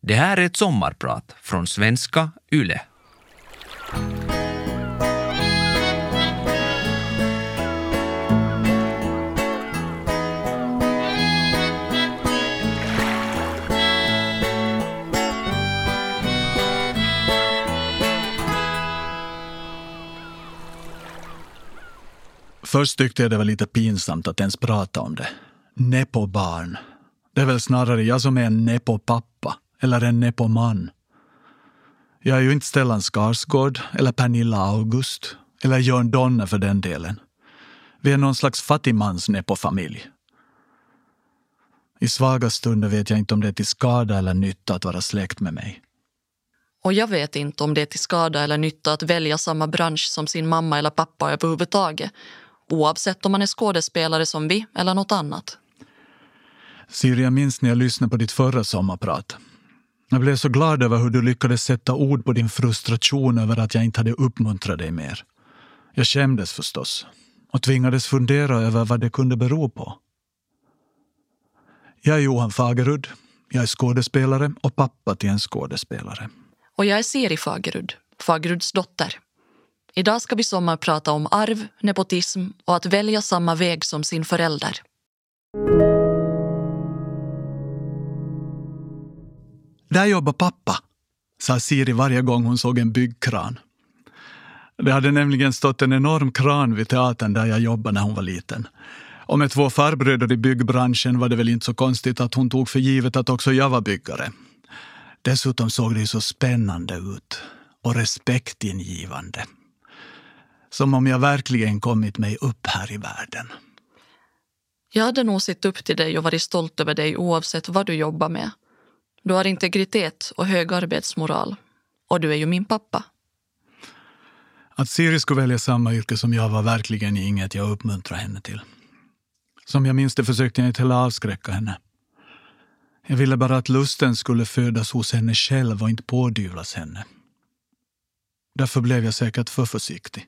Det här är ett sommarprat från Svenska Yle. Först tyckte jag det var lite pinsamt att ens prata om det. Nepo-barn. Det är väl snarare jag som är en nepo-pappa. Eller en nepo-man. Jag är ju inte Stellan Skarsgård. Eller Pernilla August. Eller Jörn Donner för den delen. Vi är någon slags fattigmans nepo-familj. I svaga stunder vet jag inte om det är till skada eller nytta att vara släkt med mig. Och jag vet inte om det är till skada eller nytta att välja samma bransch som sin mamma eller pappa överhuvudtaget. Oavsett om man är skådespelare som vi eller något annat. Siri, jag minns när jag lyssnade på ditt förra sommarprat. Jag blev så glad över hur du lyckades sätta ord på din frustration över att jag inte hade uppmuntrat dig mer. Jag skämdes förstås och tvingades fundera över vad det kunde bero på. Jag är Johan Fagerud. Jag är skådespelare och pappa till en skådespelare. Och jag är Siri Fagerud, Fageruds dotter. Idag ska vi sommarprata om arv, nepotism och att välja samma väg som sin förälder. Där jobbar pappa, sa Siri varje gång hon såg en byggkran. Det hade nämligen stått en enorm kran vid teatern där jag jobbade när hon var liten. Och med 2 farbröder i byggbranschen var det väl inte så konstigt att hon tog för givet att också jag var byggare. Dessutom såg det så spännande ut och respektingivande. Som om jag verkligen kommit mig upp här i världen. Jag hade nog sett upp till dig och varit stolt över dig oavsett vad du jobbar med. Du har integritet och hög arbetsmoral. Och du är ju min pappa. Att Siri skulle välja samma yrke som jag var verkligen inget jag uppmuntrade henne till. Som jag minns det försökte jag inte heller avskräcka henne. Jag ville bara att lusten skulle födas hos henne själv och inte pådyvlas henne. Därför blev jag säkert för försiktig.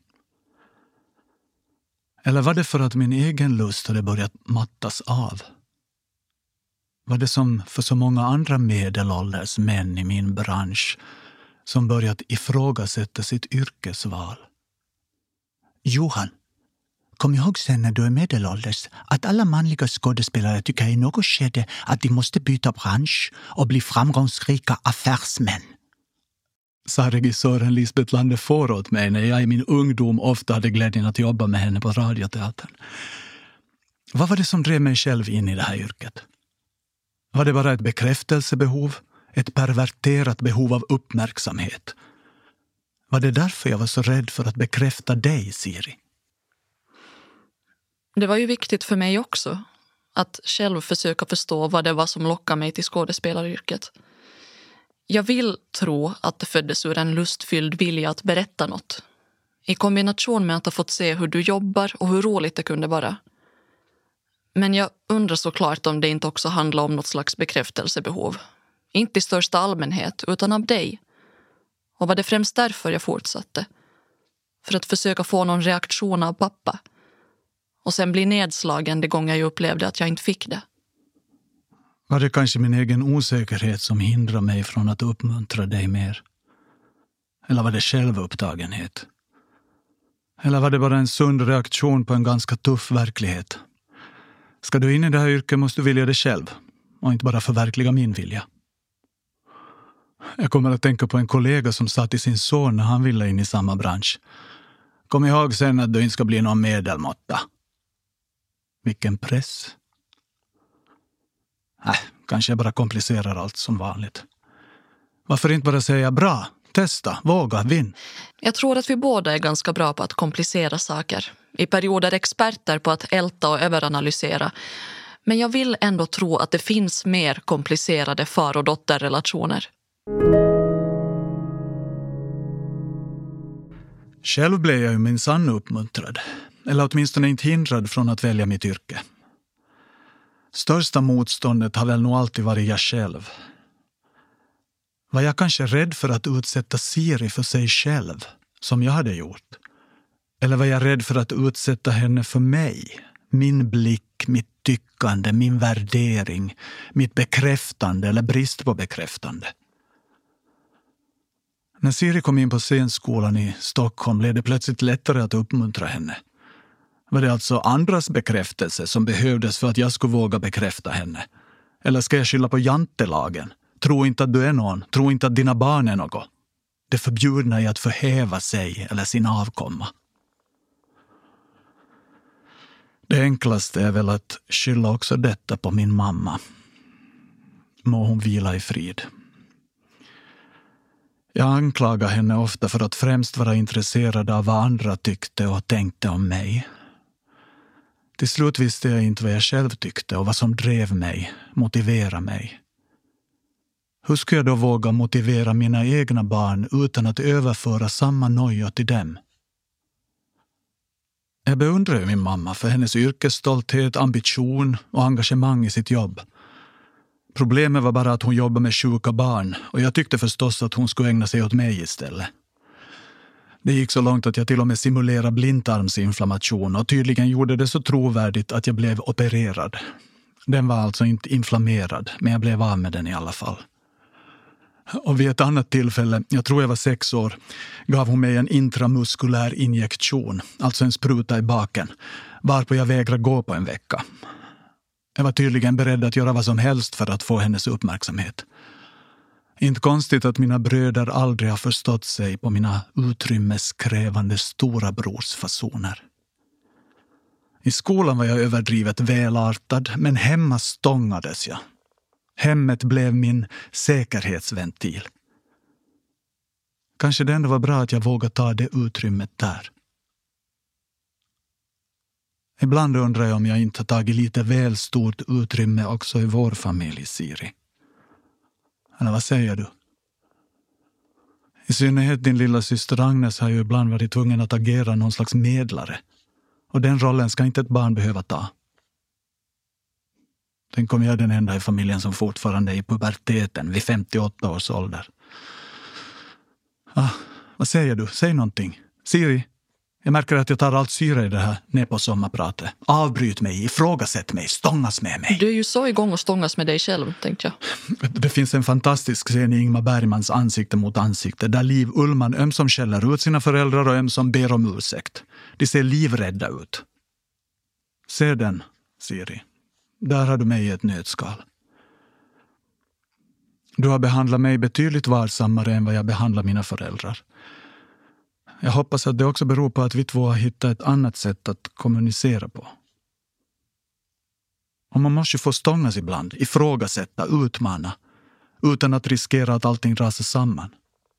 Eller var det för att min egen lust hade börjat mattas av? Var det som för så många andra medelålders män i min bransch som börjat ifrågasätta sitt yrkesval? Johan, kom ihåg sen när du är medelålders att alla manliga skådespelare tycker i något skede att de måste byta bransch och bli framgångsrika affärsmän. Sa regissören Lisbeth Landefår åt mig när jag i min ungdom ofta hade glädjen att jobba med henne på radioteatern. Vad var det som drev mig själv in i det här yrket? Var det bara ett bekräftelsebehov? Ett perverterat behov av uppmärksamhet? Var det därför jag var så rädd för att bekräfta dig, Siri? Det var ju viktigt för mig också. Att själv försöka förstå vad det var som lockade mig till skådespelaryrket. Jag vill tro att det föddes ur en lustfylld vilja att berätta något. I kombination med att ha fått se hur du jobbar och hur roligt det kunde vara. Men jag undrar såklart om det inte också handlar om något slags bekräftelsebehov. Inte i största allmänhet, utan av dig. Och var det främst därför jag fortsatte. För att försöka få någon reaktion av pappa. Och sen bli nedslagen de gånger jag upplevde att jag inte fick det. Var det kanske min egen osäkerhet som hindrar mig från att uppmuntra dig mer? Eller var det självupptagenhet? Eller var det bara en sund reaktion på en ganska tuff verklighet? Ska du in i det här yrket måste du vilja det själv och inte bara förverkliga min vilja. Jag kommer att tänka på en kollega som sa till sin son när han ville in i samma bransch. Kom ihåg sen att du inte ska bli någon medelmåtta. Vilken press. Kanske jag bara komplicerar allt som vanligt. Varför inte bara säga bra, testa, våga, vinn? Jag tror att vi båda är ganska bra på att komplicera saker. I perioder experter på att älta och överanalysera. Men jag vill ändå tro att det finns mer komplicerade far- och dotterrelationer. Själv blev jag ju minsann uppmuntrad. Eller åtminstone inte hindrad från att välja mitt yrke. Största motståndet har väl nog alltid varit jag själv. Var jag kanske rädd för att utsätta Siri för sig själv, som jag hade gjort? Eller var jag rädd för att utsätta henne för mig? Min blick, mitt tyckande, min värdering, mitt bekräftande eller brist på bekräftande. När Siri kom in på scenskolan i Stockholm blev det plötsligt lättare att uppmuntra henne. Var det alltså andras bekräftelse som behövdes för att jag skulle våga bekräfta henne? Eller ska jag skylla på jantelagen? Tro inte att du är någon. Tro inte att dina barn är något. Det förbjudna är att förhäva sig eller sin avkomma. Det enklaste är väl att skylla också detta på min mamma. Må hon vila i frid. Jag anklagar henne ofta för att främst vara intresserad av vad andra tyckte och tänkte om mig. Till slut visste jag inte vad jag själv tyckte och vad som drev mig, motiverade mig. Hur skulle jag då våga motivera mina egna barn utan att överföra samma noja till dem? Jag beundrar ju min mamma för hennes yrkesstolthet, ambition och engagemang i sitt jobb. Problemet var bara att hon jobbade med sjuka barn och jag tyckte förstås att hon skulle ägna sig åt mig istället. Det gick så långt att jag till och med simulerade blindtarmsinflammation och tydligen gjorde det så trovärdigt att jag blev opererad. Den var alltså inte inflammerad, men jag blev av med den i alla fall. Och vid ett annat tillfälle, jag tror jag var 6 år, gav hon mig en intramuskulär injektion, alltså en spruta i baken, varpå jag vägrade gå på en vecka. Jag var tydligen beredd att göra vad som helst för att få hennes uppmärksamhet. Inte konstigt att mina bröder aldrig har förstått sig på mina utrymmeskrävande stora brorsfasoner. I skolan var jag överdrivet välartad, men hemma stångades jag. Hemmet blev min säkerhetsventil. Kanske det ändå var bra att jag vågade ta det utrymmet där. Ibland undrar jag om jag inte har tagit lite väl stort utrymme också i vår familj, Siri. Eller vad säger du? I synnerhet din lilla syster Agnes har ju ibland varit tvungen att agera någon slags medlare. Och den rollen ska inte ett barn behöva ta. Tänk om jag är den enda i familjen som fortfarande är i puberteten vid 58 års ålder. Vad säger du? Säg någonting. Siri, jag märker att jag tar allt syre i det här ner på sommarpratet. Avbryt mig, ifrågasätt mig, stångas med mig. Du är ju så igång och stångas med dig själv, tänkte jag. Det finns en fantastisk scen i Ingmar Bergmans Ansikte mot ansikte där Liv Ullman ömsom skäller ut sina föräldrar och ömsom ber om ursäkt. De ser livrädda ut. Se den, Siri. Där har du mig i ett nötskal. Du har behandlat mig betydligt varsammare än vad jag behandlar mina föräldrar. Jag hoppas att det också beror på att vi två har hittat ett annat sätt att kommunicera på. Och man måste ju få stångas ibland, ifrågasätta, utmana, utan att riskera att allting rasar samman.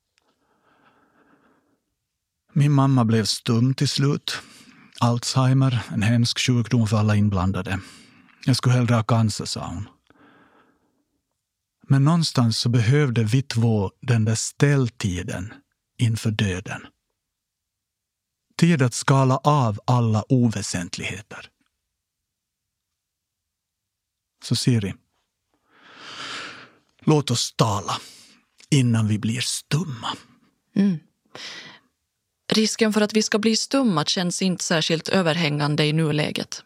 Min mamma blev stum till slut. Alzheimer, en hemsk sjukdom för alla inblandade. Jag skulle hellre ha cancer, sa hon. Men någonstans så behövde vi två den där ställtiden inför döden. Tid att skala av alla oväsentligheter. Så Siri, låt oss tala innan vi blir stumma. Risken för att vi ska bli stumma känns inte särskilt överhängande i nuläget.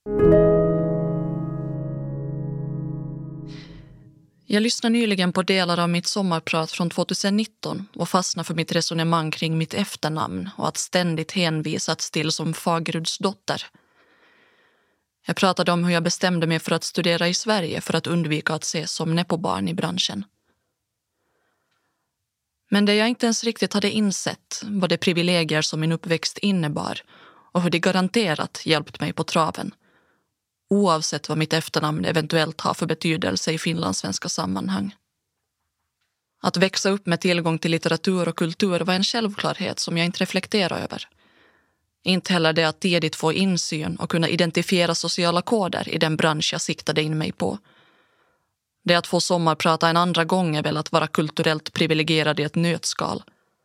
Jag lyssnade nyligen på delar av mitt sommarprat från 2019 och fastnade för mitt resonemang kring mitt efternamn och att ständigt hänvisats till som Fageruds dotter. Jag pratade om hur jag bestämde mig för att studera i Sverige för att undvika att ses som nepobarn i branschen. Men det jag inte ens riktigt hade insett var de privilegier som min uppväxt innebar och hur de garanterat hjälpt mig på traven. Oavsett vad mitt efternamn eventuellt har för betydelse i finlandssvenska sammanhang. Att växa upp med tillgång till litteratur och kultur var en självklarhet som jag inte reflekterade över. Inte heller det att tidigt få insyn och kunna identifiera sociala koder i den bransch jag siktade in mig på. Det att få sommarprata en andra gång är väl att vara kulturellt privilegierad i ett nötskal.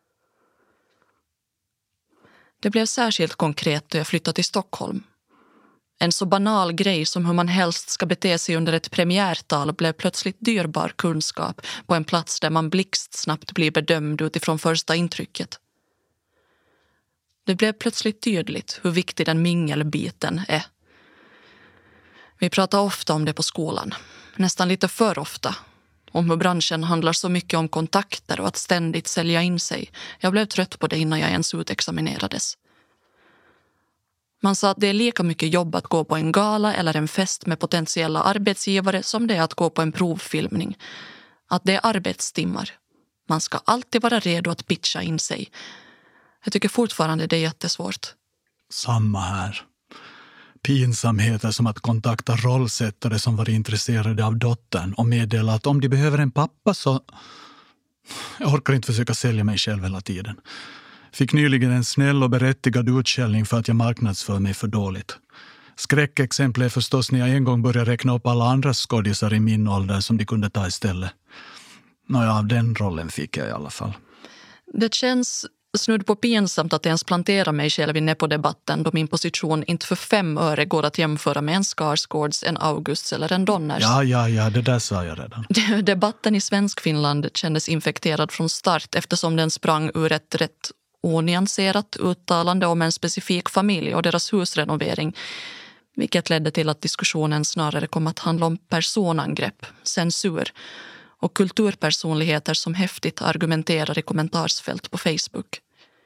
Det blev särskilt konkret då jag flyttade till Stockholm. En så banal grej som hur man helst ska bete sig under ett premiärtal blev plötsligt dyrbar kunskap på en plats där man blixtsnabbt blir bedömd utifrån första intrycket. Det blev plötsligt tydligt hur viktig den mingelbiten är. Vi pratar ofta om det på skolan, nästan lite för ofta. om hur branschen handlar så mycket om kontakter och att ständigt sälja in sig. Jag blev trött på det innan jag ens utexaminerades. Man sa att det är lika mycket jobb att gå på en gala eller en fest med potentiella arbetsgivare som det är att gå på en provfilmning. Att det är arbetstimmar. Man ska alltid vara redo att pitcha in sig. Jag tycker fortfarande det är jättesvårt. Samma här. Pinsamheter som att kontakta rollsättare som var intresserade av dottern och meddela att om de behöver en pappa så... Jag orkar inte försöka sälja mig själv hela tiden. Fick nyligen en snäll och berättigad utskällning för att jag marknadsför mig för dåligt. Skräckexempel är förstås när jag en gång började räkna upp alla andra skådisar i min ålder som de kunde ta istället. Nåja, den rollen fick jag i alla fall. Det känns snudd på pinsamt att ens plantera mig själv inne på debatten då min position inte för 5 öre går att jämföra med en Skarsgårds, en Augusts eller en Donners. Ja, det där sa jag redan. Debatten i Svenskfinland kändes infekterad från start eftersom den sprang ur ett rätt onyanserat uttalande om en specifik familj och deras husrenovering, vilket ledde till att diskussionen snarare kom att handla om personangrepp, censur och kulturpersonligheter som häftigt argumenterar i kommentarsfält på Facebook.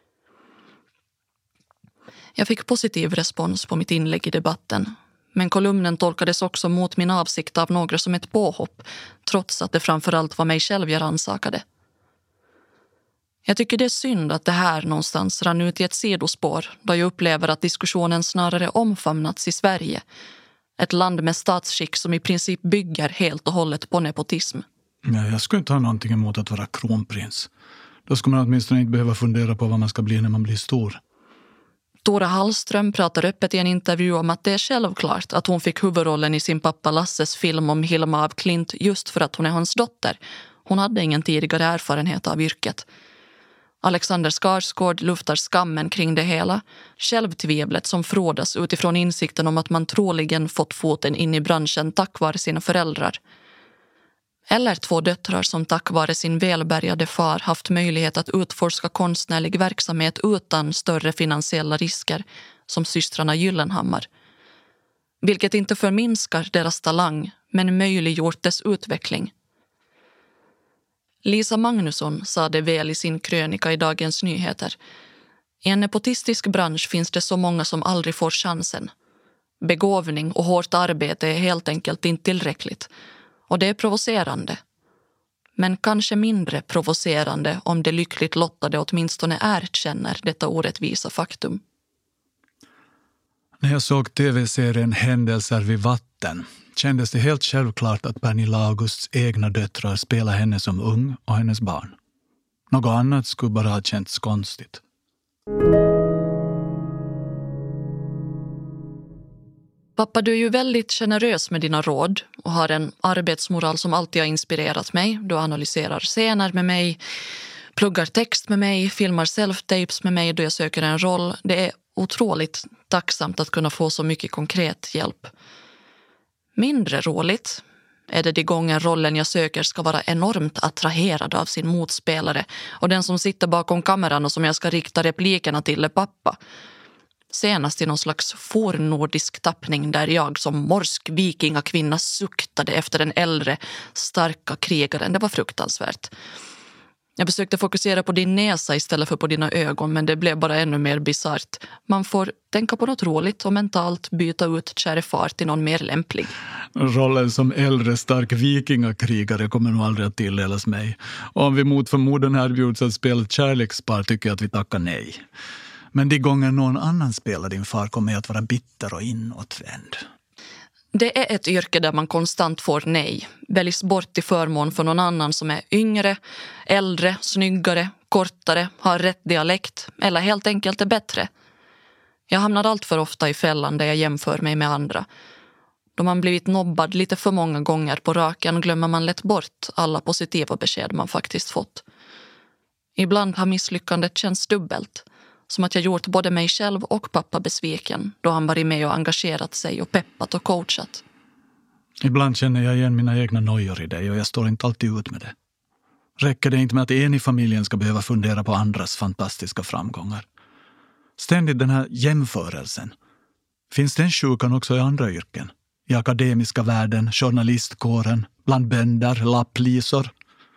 Jag fick positiv respons på mitt inlägg i debatten, men kolumnen tolkades också mot min avsikt av några som ett påhopp, trots att det framförallt var mig själv jag rannsakade. Jag tycker det är synd att det här någonstans rann ut i ett sidospår då jag upplever att diskussionen snarare omfamnats i Sverige. Ett land med statsskick som i princip bygger helt och hållet på nepotism. Ja, jag skulle inte ha någonting emot att vara kronprins. Då ska man åtminstone inte behöva fundera på vad man ska bli när man blir stor. Tora Hallström pratar öppet i en intervju om att det är självklart att hon fick huvudrollen i sin pappa Lasses film om Hilma af Klint just för att hon är hans dotter. Hon hade ingen tidigare erfarenhet av yrket. Alexander Skarsgård luftar skammen kring det hela, självtvivlet som frodas utifrån insikten om att man troligen fått foten in i branschen tack vare sina föräldrar. Eller 2 döttrar som tack vare sin välbärgade far haft möjlighet att utforska konstnärlig verksamhet utan större finansiella risker som systrarna Gyllenhammar. Vilket inte förminskar deras talang men möjliggjort dess utveckling. Lisa Magnusson sa det väl i sin krönika i Dagens Nyheter. I en nepotistisk bransch finns det så många som aldrig får chansen. Begåvning och hårt arbete är helt enkelt inte tillräckligt. Och det är provocerande. Men kanske mindre provocerande om det lyckligt lottade åtminstone erkänner detta orättvisa faktum. När jag såg tv-serien Händelser vid vatten kändes det helt självklart att Pernilla Augusts egna döttrar spelar henne som ung och hennes barn. Något annat skulle bara ha känts konstigt. Pappa, du är ju väldigt generös med dina råd och har en arbetsmoral som alltid har inspirerat mig. Du analyserar scener med mig, pluggar text med mig, filmar self-tapes med mig då jag söker en roll. Det är otroligt tacksamt att kunna få så mycket konkret hjälp. Mindre roligt är det de gånger rollen jag söker ska vara enormt attraherad av sin motspelare och den som sitter bakom kameran och som jag ska rikta replikerna till är pappa. Senast i någon slags fornnordisk tappning där jag som morsk vikingakvinna suktade efter den äldre, starka krigaren. Det var fruktansvärt. Jag försökte fokusera på din näsa istället för på dina ögon, men det blev bara ännu mer bizarrt. Man får tänka på något roligt och mentalt byta ut käre far till någon mer lämplig. Rollen som äldre, stark vikingakrigare kommer nog aldrig att tilldelas mig. Och om vi mot förmodan erbjuds att spela ett kärlekspar tycker jag att vi tackar nej. Men de gånger någon annan spelar din far kommer jag att vara bitter och inåtvänd. Det är ett yrke där man konstant får nej. Väljs bort till förmån för någon annan som är yngre, äldre, snyggare, kortare, har rätt dialekt eller helt enkelt är bättre. Jag hamnar allt för ofta i fällan där jag jämför mig med andra. Då man blivit nobbad lite för många gånger på raken glömmer man lätt bort alla positiva besked man faktiskt fått. Ibland har misslyckandet känts dubbelt. Som att jag gjort både mig själv och pappa besviken då han varit med och engagerat sig och peppat och coachat. Ibland känner jag igen mina egna nojor i dig och jag står inte alltid ut med det. Räcker det inte med att en i familjen ska behöva fundera på andras fantastiska framgångar? Ständigt den här jämförelsen. Finns den sjukan också i andra yrken? i akademiska världen, journalistkåren, bland bönder, lapplisor.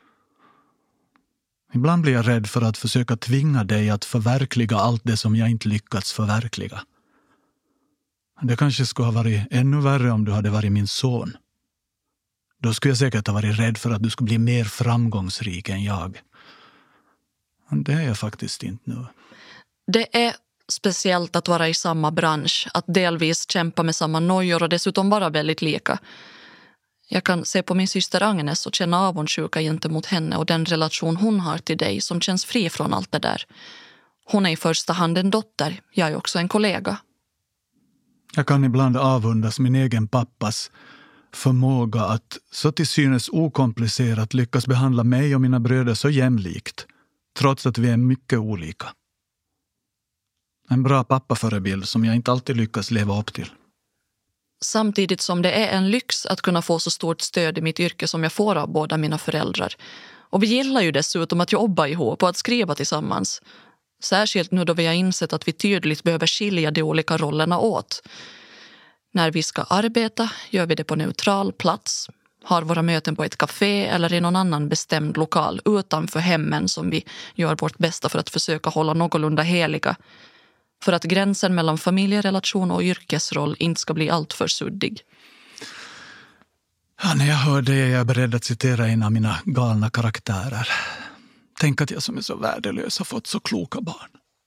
Ibland blir jag rädd för att försöka tvinga dig att förverkliga allt det som jag inte lyckats förverkliga. Det kanske skulle ha varit ännu värre om du hade varit min son. Då skulle jag säkert ha varit rädd för att du skulle bli mer framgångsrik än jag. Men det är jag faktiskt inte nu. Det är speciellt att vara i samma bransch, att delvis kämpa med samma nojor och dessutom vara väldigt lika. Jag kan se på min syster Agnes och känna avundsjuka gentemot henne och den relation hon har till dig som känns fri från allt det där. Hon är i första hand en dotter, jag är också en kollega. Jag kan ibland avundas min egen pappas förmåga att så till synes okomplicerat lyckas behandla mig och mina bröder så jämlikt, trots att vi är mycket olika. En bra pappaförebild som jag inte alltid lyckas leva upp till. Samtidigt som det är en lyx att kunna få så stort stöd i mitt yrke som jag får av båda mina föräldrar. Och vi gillar ju dessutom att jobba ihop och att skriva tillsammans. Särskilt nu då vi har insett att vi tydligt behöver skilja de olika rollerna åt. När vi ska arbeta gör vi det på neutral plats, har våra möten på ett café eller i någon annan bestämd lokal utanför hemmen som vi gör vårt bästa för att försöka hålla någorlunda heliga. För att gränsen mellan familjerelation och yrkesroll inte ska bli allt för suddig. Ja, när jag hör det är jag beredd att citera en av mina galna karaktärer. Tänk att jag som är så värdelös har fått så kloka barn.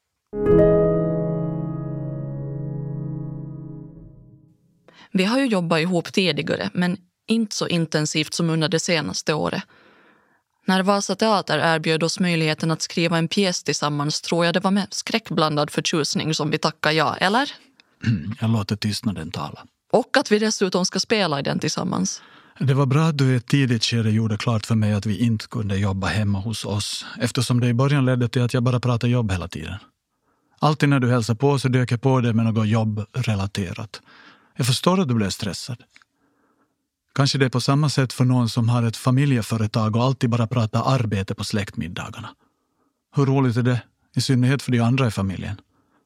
Vi har ju jobbat ihop tidigare, men inte så intensivt som under det senaste året. När Vasa Teater erbjöd oss möjligheten att skriva en pjäs tillsammans tror jag det var med skräckblandad förtjusning som vi tackade ja, eller? Jag låter tystnaden tala. Och att vi dessutom ska spela i den tillsammans. Det var bra att du i ett tidigt skede gjorde klart för mig att vi inte kunde jobba hemma hos oss, eftersom det i början ledde till att jag bara pratade jobb hela tiden. Alltid när du hälsar på så dök jag på det med något jobbrelaterat. Jag förstår att du blev stressad. Kanske det är på samma sätt för någon som har ett familjeföretag och alltid bara pratar arbete på släktmiddagarna. Hur roligt är det? I synnerhet för de andra i familjen.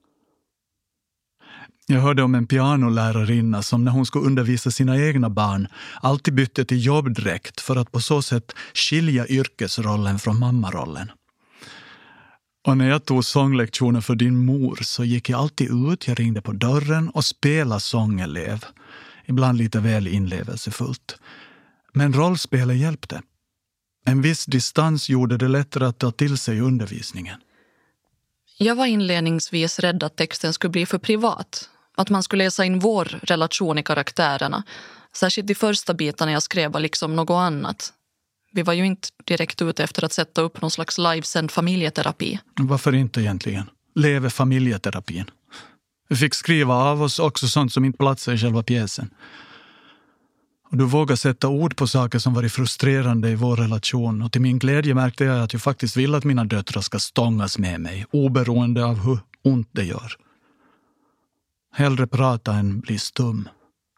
Jag hörde om en pianolärarinna som när hon skulle undervisa sina egna barn alltid bytte till jobbdräkt för att på så sätt skilja yrkesrollen från mammarollen. Och när jag tog sånglektionen för din mor så gick jag alltid ut, jag ringde på dörren och spelade sångelev. Ibland lite väl inlevelsefullt. Men rollspelet hjälpte. En viss distans gjorde det lättare att ta till sig undervisningen. Jag var inledningsvis rädd att texten skulle bli för privat. Att man skulle läsa in vår relation i karaktärerna. Särskilt de första bitarna jag skrev var liksom något annat. Vi var ju inte direkt ute efter att sätta upp någon slags livesänd familjeterapi. Varför inte egentligen? Lever familjeterapin. Vi fick skriva av oss också sånt som inte platsar i själva pjäsen. Och du vågar sätta ord på saker som varit frustrerande i vår relation. Och till min glädje märkte jag att jag faktiskt vill att mina döttrar ska stångas med mig. Oberoende av hur ont det gör. Hellre prata än bli stum.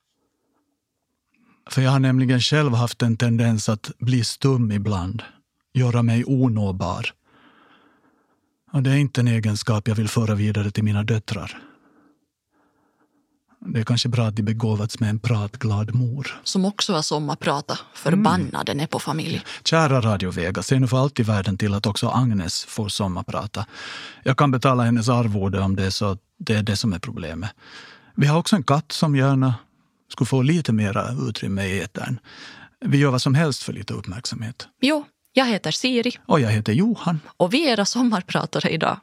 För jag har nämligen själv haft en tendens att bli stum ibland. Göra mig onåbar. Och det är inte en egenskap jag vill föra vidare till mina döttrar. Det är kanske bra att de begåvats med en pratglad mor. Som också är sommarprata. Förbannaden är på familj. Kära Radio Vega, se nu för allt i världen till att också Agnes får sommarprata. Jag kan betala hennes arvode om det är så det är det som är problemet. Vi har också en katt som gärna skulle få lite mera utrymme i etern. Vi gör vad som helst för lite uppmärksamhet. Jo, jag heter Siri. Och jag heter Johan. Och vi är era sommarpratare idag.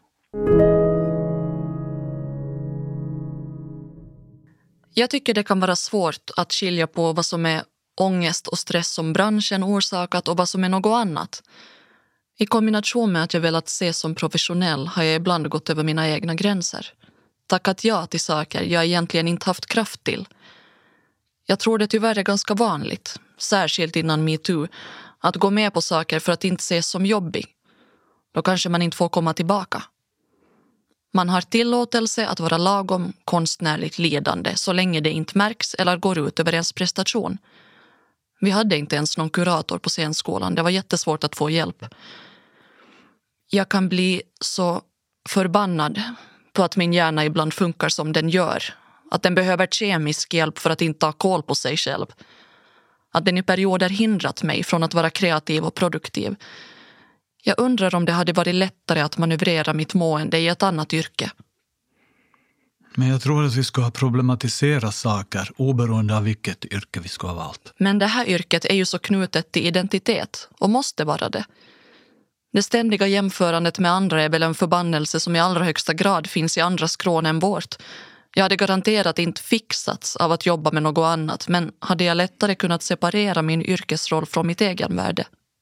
Jag tycker det kan vara svårt att skilja på vad som är ångest och stress som branschen orsakat och vad som är något annat. I kombination med att jag velat ses som professionell har jag ibland gått över mina egna gränser. Tackat ja till saker jag egentligen inte haft kraft till. Jag tror det tyvärr är ganska vanligt, särskilt innan MeToo, att gå med på saker för att inte ses som jobbig. Då kanske man inte får komma tillbaka. Man har tillåtelse att vara lagom konstnärligt lidande så länge det inte märks eller går ut över ens prestation. Vi hade inte ens någon kurator på scenskolan. Det var jättesvårt att få hjälp. Jag kan bli så förbannad på att min hjärna ibland funkar som den gör. att den behöver kemisk hjälp för att inte ta koll på sig själv. Att den i perioder hindrat mig från att vara kreativ och produktiv. Jag undrar om det hade varit lättare att manövrera mitt mående i ett annat yrke. Men jag tror att vi ska problematisera saker oberoende av vilket yrke vi ska ha valt. Men det här yrket är ju så knutet till identitet och måste vara det. Det ständiga jämförandet med andra är väl en förbannelse som i allra högsta grad finns i andras skrån än vårt. Jag hade garanterat inte fixats av att jobba med något annat, men hade jag lättare kunnat separera min yrkesroll från mitt egenvärde.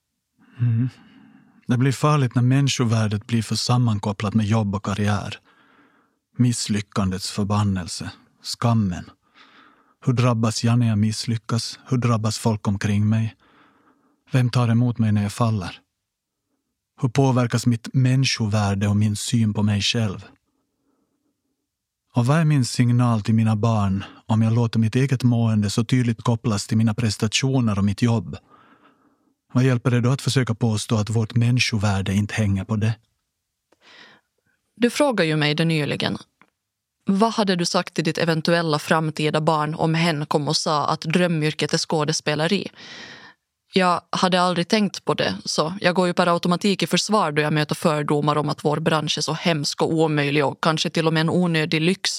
Det blir farligt när människovärdet blir för sammankopplat med jobb och karriär. Misslyckandets förbannelse, skammen. Hur drabbas jag när jag misslyckas? Hur drabbas folk omkring mig? Vem tar emot mig när jag faller? Hur påverkas mitt människovärde och min syn på mig själv? Och vad är min signal till mina barn om jag låter mitt eget mående så tydligt kopplas till mina prestationer och mitt jobb? Vad hjälper det då att försöka påstå att vårt människovärde inte hänger på det? Du frågade ju mig det nyligen. Vad hade du sagt till ditt eventuella framtida barn om hen kom och sa att drömyrket är skådespeleri? Jag hade aldrig tänkt på det, så jag går ju per automatik i försvar då jag möter fördomar om att vår bransch är så hemsk och omöjlig och kanske till och med en onödig lyx.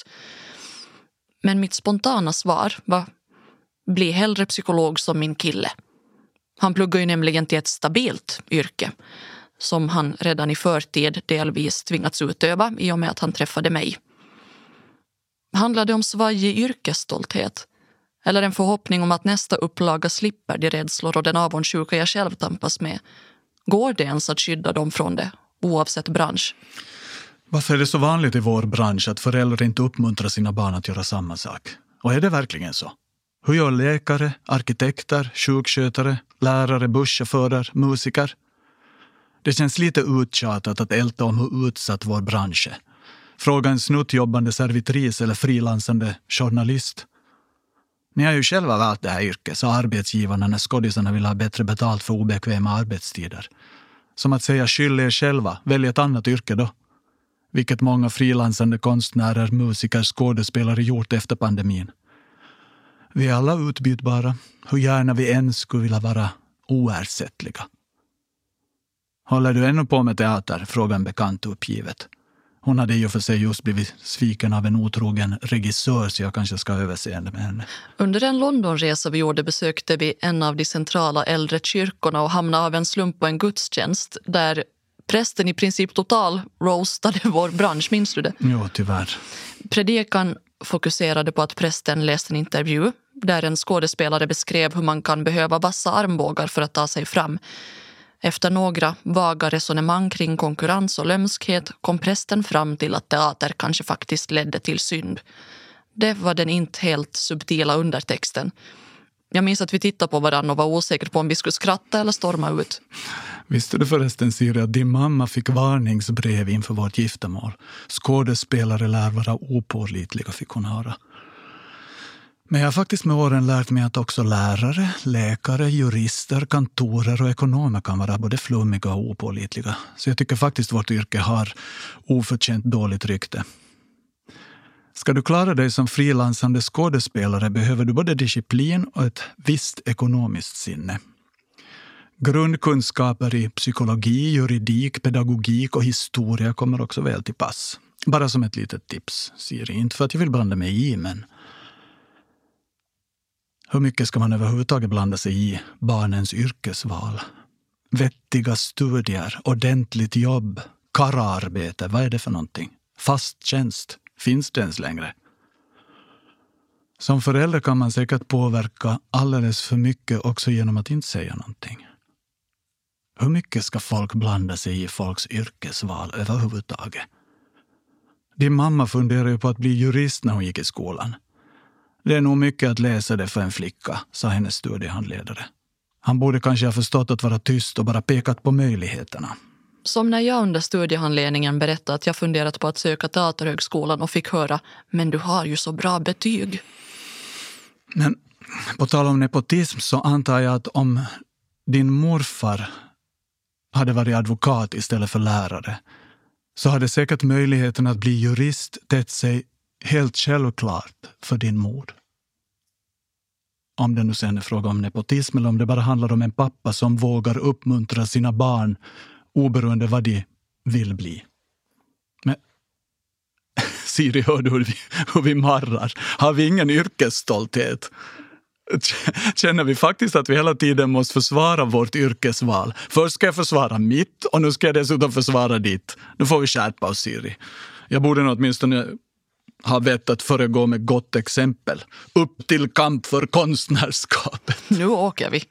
Men mitt spontana svar var: bli hellre psykolog som min kille. Han pluggar ju nämligen till ett stabilt yrke som han redan i förtid delvis tvingats utöva i och med att han träffade mig. Handlar det om svajig yrkesstolthet? Eller en förhoppning om att nästa upplaga slipper de rädslor och den avundsjuka jag själv tampas med? Går det ens att skydda dem från det, oavsett bransch? Varför är det så vanligt i vår bransch att föräldrar inte uppmuntrar sina barn att göra samma sak? Och är det verkligen så? Hur gör läkare, arkitekter, sjukskötare, lärare, busschaufförer, musiker? Det känns lite uttjatat att älta om hur utsatt vår bransch är. Fråga en snuttjobbande servitris eller frilansande journalist. Ni har ju själva valt det här yrket, så arbetsgivarna när skådisarna vill ha bättre betalt för obekväma arbetstider. Som att säga skyll er själva, välj ett annat yrke då. Vilket många frilansande konstnärer, musiker, skådespelare gjort efter pandemin. Vi är alla utbytbara, hur gärna vi än skulle vilja vara oersättliga. Håller du ännu på med teater? Frågade en bekant uppgivet. Hon hade ju för sig just blivit sviken av en otrogen regissör, så jag kanske ska överseende med henne. Under en Londonresa vi gjorde besökte vi en av de centrala äldre kyrkorna och hamnade av en slump på en gudstjänst där prästen i princip total roastade vår bransch, minns du det? Jo, tyvärr. Predikan fokuserade på att prästen läste en intervju där en skådespelare beskrev hur man kan behöva vassa armbågar för att ta sig fram. Efter några vaga resonemang kring konkurrens och lömskhet kom prästen fram till att teater kanske faktiskt ledde till synd. Det var den inte helt subtila undertexten. Jag minns att vi tittade på varandra och var osäkra på om vi skulle skratta eller storma ut. Visste du förresten, Siri, att din mamma fick varningsbrev inför vårt giftermål? Skådespelare lär vara opålitliga, fick hon höra. Men jag har faktiskt med åren lärt mig att också lärare, läkare, jurister, kantorer och ekonomer kan vara både flummiga och opålitliga. Så jag tycker faktiskt vårt yrke har oförtjänt dåligt rykte. Ska du klara dig som frilansande skådespelare behöver du både disciplin och ett visst ekonomiskt sinne. Grundkunskaper i psykologi, juridik, pedagogik och historia kommer också väl till pass. Bara som ett litet tips, Siri. Inte för att jag vill blanda mig i, men hur mycket ska man överhuvudtaget blanda sig i barnens yrkesval? Vettiga studier, ordentligt jobb, karraarbete, vad är det för någonting? Fast tjänst, finns det ens längre? Som förälder kan man säkert påverka alldeles för mycket också genom att inte säga någonting. Hur mycket ska folk blanda sig i folks yrkesval överhuvudtaget? Din mamma funderar ju på att bli jurist när hon gick i skolan. Det är nog mycket att läsa det för en flicka, sa hennes studiehandledare. Han borde kanske ha förstått att vara tyst och bara pekat på möjligheterna. Som när jag under studiehandledningen berättade att jag funderat på att söka teaterhögskolan och fick höra, men du har ju så bra betyg. Men på tal om nepotism så antar jag att om din morfar hade varit advokat istället för lärare så hade säkert möjligheten att bli jurist tätt sig helt självklart för din mor. Om det nu sen är fråga om nepotism eller om det bara handlar om en pappa som vågar uppmuntra sina barn oberoende vad de vill bli. Men Siri, hör du hur vi marrar? Har vi ingen yrkesstolthet? Känner vi faktiskt att vi hela tiden måste försvara vårt yrkesval? Först ska jag försvara mitt och nu ska jag dessutom försvara ditt. Nu får vi skärpa oss, Siri. Jag borde nog åtminstone ha vett att föregå med gott exempel. Upp till kamp för konstnärskapet. Nu åker vi.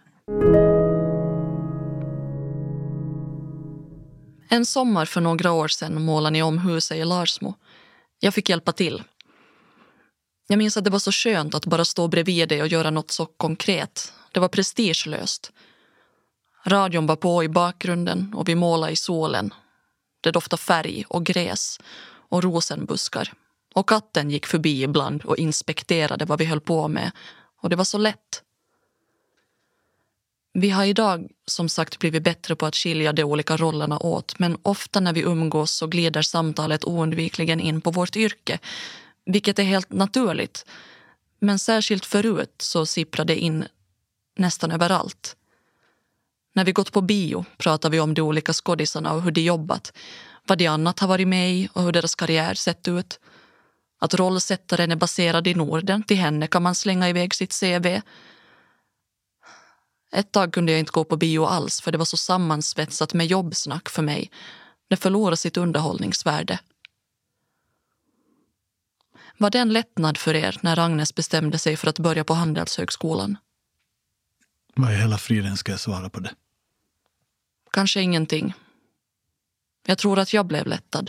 En sommar för några år sedan målade ni om huset i Larsmo. Jag fick hjälpa till. Jag minns att det var så skönt att bara stå bredvid dig och göra något så konkret. Det var prestigelöst. Radion var på i bakgrunden och vi målade i solen. Det doftade färg och gräs och rosenbuskar. Och katten gick förbi ibland och inspekterade vad vi höll på med. Och det var så lätt. Vi har idag som sagt blivit bättre på att skilja de olika rollerna åt. Men ofta när vi umgås så glider samtalet oundvikligen in på vårt yrke. Vilket är helt naturligt. Men särskilt förut så sipprar det in nästan överallt. När vi gått på bio pratar vi om de olika skådisarna och hur de jobbat. Vad de annat har varit med i och hur deras karriär sett ut. Att rollsättaren är baserad i Norden. Till henne kan man slänga iväg sitt CV. Ett tag kunde jag inte gå på bio alls för det var så sammansvetsat med jobbsnack för mig. Det förlorar sitt underhållningsvärde. Var det en lättnad för er när Agnes bestämde sig för att börja på Handelshögskolan? Vad i hela friden ska jag svara på det? Kanske ingenting. Jag tror att jag blev lättad.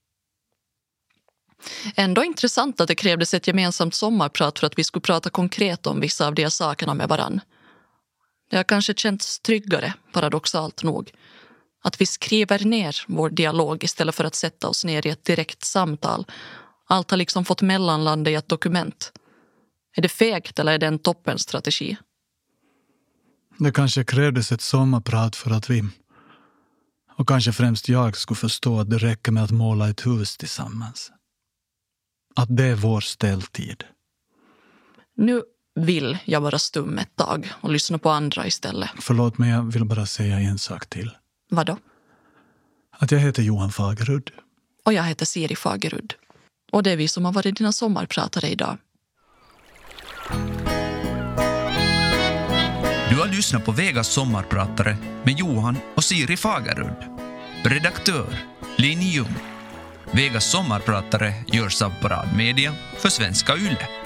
Ändå intressant att det krävdes ett gemensamt sommarprat för att vi skulle prata konkret om vissa av de sakerna med varann. Det har kanske känts tryggare, paradoxalt nog. Att vi skriver ner vår dialog istället för att sätta oss ner i ett direkt samtal. Allt har liksom fått mellanlanda i ett dokument. Är det fegt eller är det en toppenstrategi? Det kanske krävdes ett sommarprat för att vi, och kanske främst jag, skulle förstå att det räcker med att måla ett hus tillsammans. Att det är vår ställtid. Nu vill jag vara stum ett tag och lyssna på andra istället. Förlåt, men jag vill bara säga en sak till. Vad då? Att jag heter Johan Fagerud. Och jag heter Siri Fagerud. Och det är vi som har varit dina sommarpratare idag. Du har lyssnat på Vegas sommarpratare med Johan och Siri Fagerud. Redaktör Linn Ljung. Vegas sommarpratare görs av Parad Media för Svenska Yle.